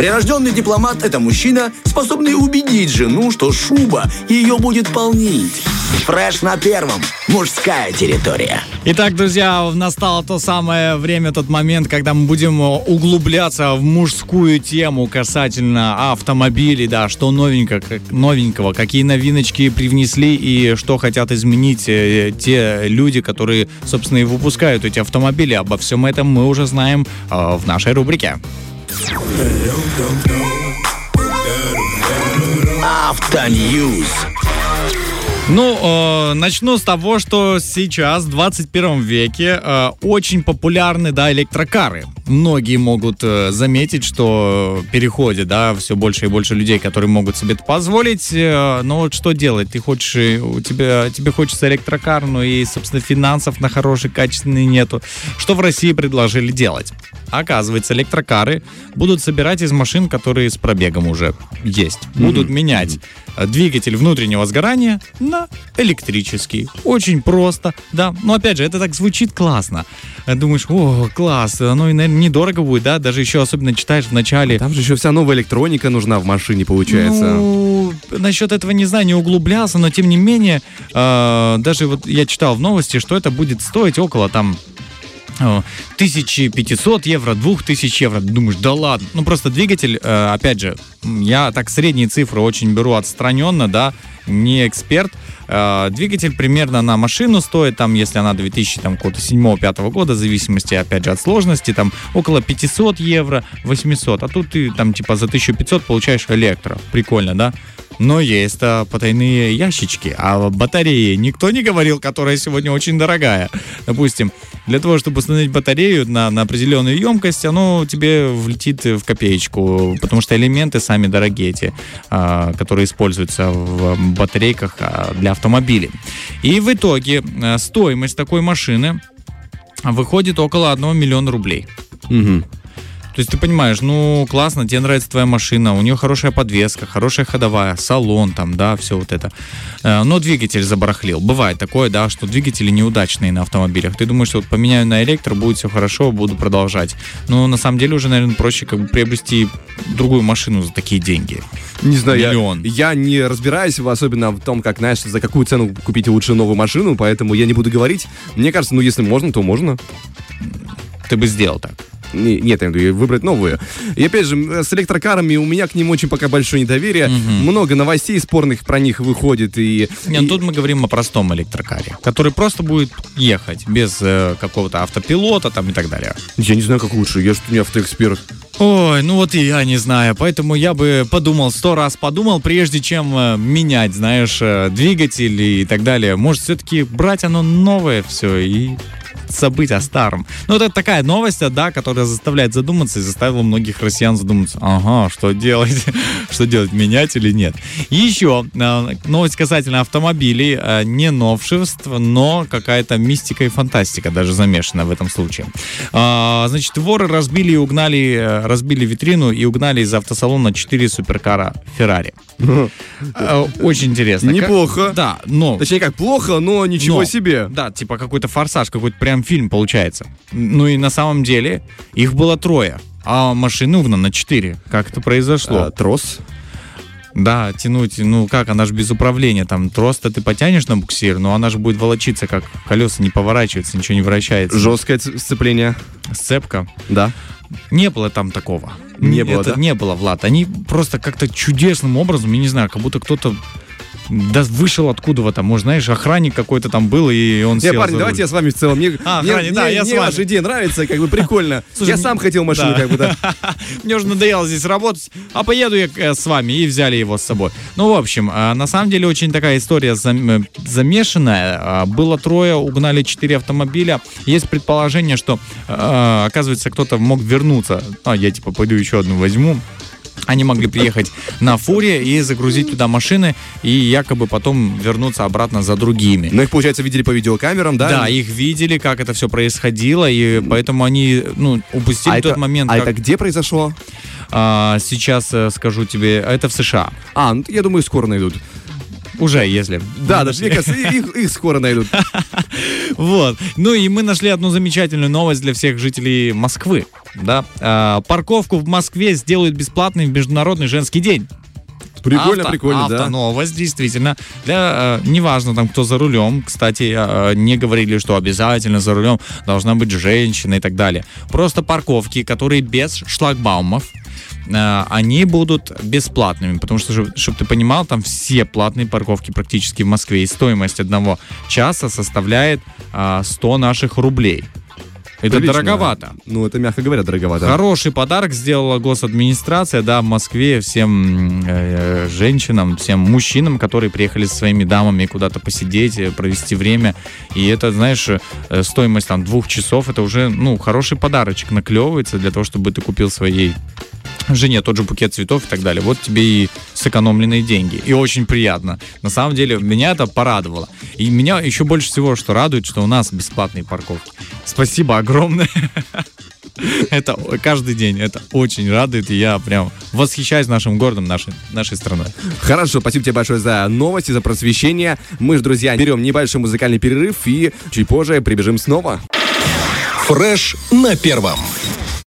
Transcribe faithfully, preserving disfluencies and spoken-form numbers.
Прирожденный дипломат – это мужчина, способный убедить жену, что шуба ее будет полнить. Фреш на первом. Мужская территория. Итак, друзья, настало то самое время, тот момент, когда мы будем углубляться в мужскую тему касательно автомобилей, да, что новенького, новенького, какие новиночки привнесли и что хотят изменить э, те люди, которые, собственно, и выпускают эти автомобили. Обо всем этом мы уже знаем э, в нашей рубрике. Автоньюз. Ну, э, начну с того, что сейчас, в двадцать первом веке, э, очень популярны, да, электрокары. Многие могут э, заметить, что переходит, да, все больше и больше людей, которые могут себе это позволить. Э, но вот что делать? Ты хочешь, у тебя, тебе хочется электрокар, но и, собственно, финансов на хороший, качественный нету. Что в России предложили делать? Оказывается, электрокары будут собирать из машин, которые с пробегом уже есть. Будут mm-hmm. менять двигатель внутреннего сгорания на электрический. Очень просто, да. Но опять же, это так звучит классно. Думаешь, о, класс, оно, наверное, недорого будет, да, даже еще особенно читаешь в начале. Там же еще вся новая электроника нужна в машине, получается. Ну, насчет этого не знаю, не углублялся, но тем не менее, э, даже вот я читал в новости, что это будет стоить около там тысяча пятьсот евро, две тысячи евро. Думаешь, да ладно. Ну, просто двигатель, э, опять же, я так средние цифры очень беру отстраненно, да, не эксперт. Э, двигатель примерно на машину стоит, там, если она две тысячи седьмого-пятого года, в зависимости, опять же, от сложности, там, около пятьсот евро, восемьсот. А тут ты, там, типа, за тысячу пятьсот получаешь электро. Прикольно, да? Но есть а, потайные ящички, а батареи никто не говорил, которая сегодня очень дорогая. Допустим, для того, чтобы установить батарею на, на определенную емкость, оно тебе влетит в копеечку, потому что элементы сами дорогие, эти, а, которые используются в батарейках а, для автомобилей. И в итоге а, стоимость такой машины выходит около одного миллиона рублей. Угу. То есть ты понимаешь, ну, классно, тебе нравится твоя машина, у нее хорошая подвеска, хорошая ходовая, салон там, да, все вот это. Но двигатель забарахлил. Бывает такое, да, что двигатели неудачные на автомобилях. Ты думаешь, что вот поменяю на электро, будет все хорошо, буду продолжать. Но на самом деле уже, наверное, проще как бы приобрести другую машину за такие деньги. Не знаю, Миллион. Я, я не разбираюсь, особенно в том, как, знаешь, за какую цену купить лучше новую машину, поэтому я не буду говорить. Мне кажется, ну, если можно, то можно. Ты бы сделал так. Нет, я имею в виду выбрать новую. И опять же, с электрокарами у меня к ним очень пока большое недоверие. Mm-hmm. Много новостей спорных про них выходит. И, Нет, и... тут мы говорим о простом электрокаре, который просто будет ехать без э, какого-то автопилота там и так далее. Я не знаю, как лучше, я же не автоэксперт. Ой, ну вот и я не знаю, поэтому я бы подумал, сто раз подумал, прежде чем э, менять, знаешь, э, двигатель и так далее. Может, все-таки брать оно новое все и забыть о старом. Ну, вот это такая новость, да, которая заставляет задуматься и заставила многих россиян задуматься. Ага, что делать? Что делать, менять или нет? Еще новость касательно автомобилей. Не новшеств, но какая-то мистика и фантастика даже замешана в этом случае. Значит, воры разбили и угнали, разбили витрину и угнали из автосалона четыре суперкара Ferrari. Очень интересно. Неплохо. Как... Да, но... Точнее, как плохо, но ничего но, себе. Да, типа какой-то форсаж, какой-то прям фильм получается. Ну и на самом деле их было трое, а машины угнано четыре. Как это произошло? А, трос? Да, тянуть, ну как, она же без управления. Там трос-то ты потянешь на буксир, но она же будет волочиться, как колеса не поворачиваются, ничего не вращается. Жесткое сцепление. Сцепка? Да. Не было там такого. Не было, Это да? не было, Влад. Они просто как-то чудесным образом, я не знаю, как будто кто-то да вышел откуда-то там, может, знаешь, охранник какой-то там был, и он Не, сел парни, за давайте руль. я с вами в целом. Мне, А, мне, охранник, да, мне, я мне с вами. ваша идея нравится, как бы прикольно. Слушай, я сам хотел машину, да. как бы, да. Мне уже надоело здесь работать, а поеду я э, с вами, и взяли его с собой. Ну, в общем, э, на самом деле очень такая история зам, замешанная. Э, было трое, угнали четыре автомобиля. Есть предположение, что, э, оказывается, кто-то мог вернуться. А, я типа пойду еще одну возьму. Они могли приехать на фуре и загрузить туда машины, и якобы потом вернуться обратно за другими. Но их, получается, видели по видеокамерам, да? Да, их видели, как это все происходило, и поэтому они, ну, упустили а тот это, момент. А как... это где произошло? А, сейчас скажу тебе, это в США. А, ну я думаю, скоро найдут. Уже, если. Да, да, мне кажется, их, их скоро найдут. Вот. Ну и мы нашли одну замечательную новость для всех жителей Москвы. Да? А, парковку в Москве сделают бесплатной в Международный женский день. Прикольно, Авто, прикольно, да. Автоновость, действительно. Для, э, неважно, там, кто за рулем. Кстати, э, не говорили, что обязательно за рулем должна быть женщина и так далее. Просто парковки, которые без шлагбаумов, э, они будут бесплатными. Потому что, чтобы ты понимал, там все платные парковки практически в Москве. И стоимость одного часа составляет э, сто наших рублей. Это Прилично. Дороговато. Ну, это, мягко говоря, дороговато. Хороший подарок сделала госадминистрация, да, в Москве всем э, женщинам, всем мужчинам, которые приехали со своими дамами куда-то посидеть, провести время. И это, знаешь, э, стоимость там двух часов, это уже, ну, хороший подарочек наклевывается для того, чтобы ты купил своей жене тот же букет цветов и так далее. Вот тебе и сэкономленные деньги. И очень приятно. На самом деле, меня это порадовало. И меня еще больше всего, что радует, что у нас бесплатные парковки. Спасибо огромное. Это каждый день. Это очень радует. И я прям восхищаюсь нашим городом, нашей, нашей страной. Хорошо, спасибо тебе большое за новости, за просвещение. Мы же, друзья, берем небольшой музыкальный перерыв и чуть позже прибежим снова. Фреш на первом.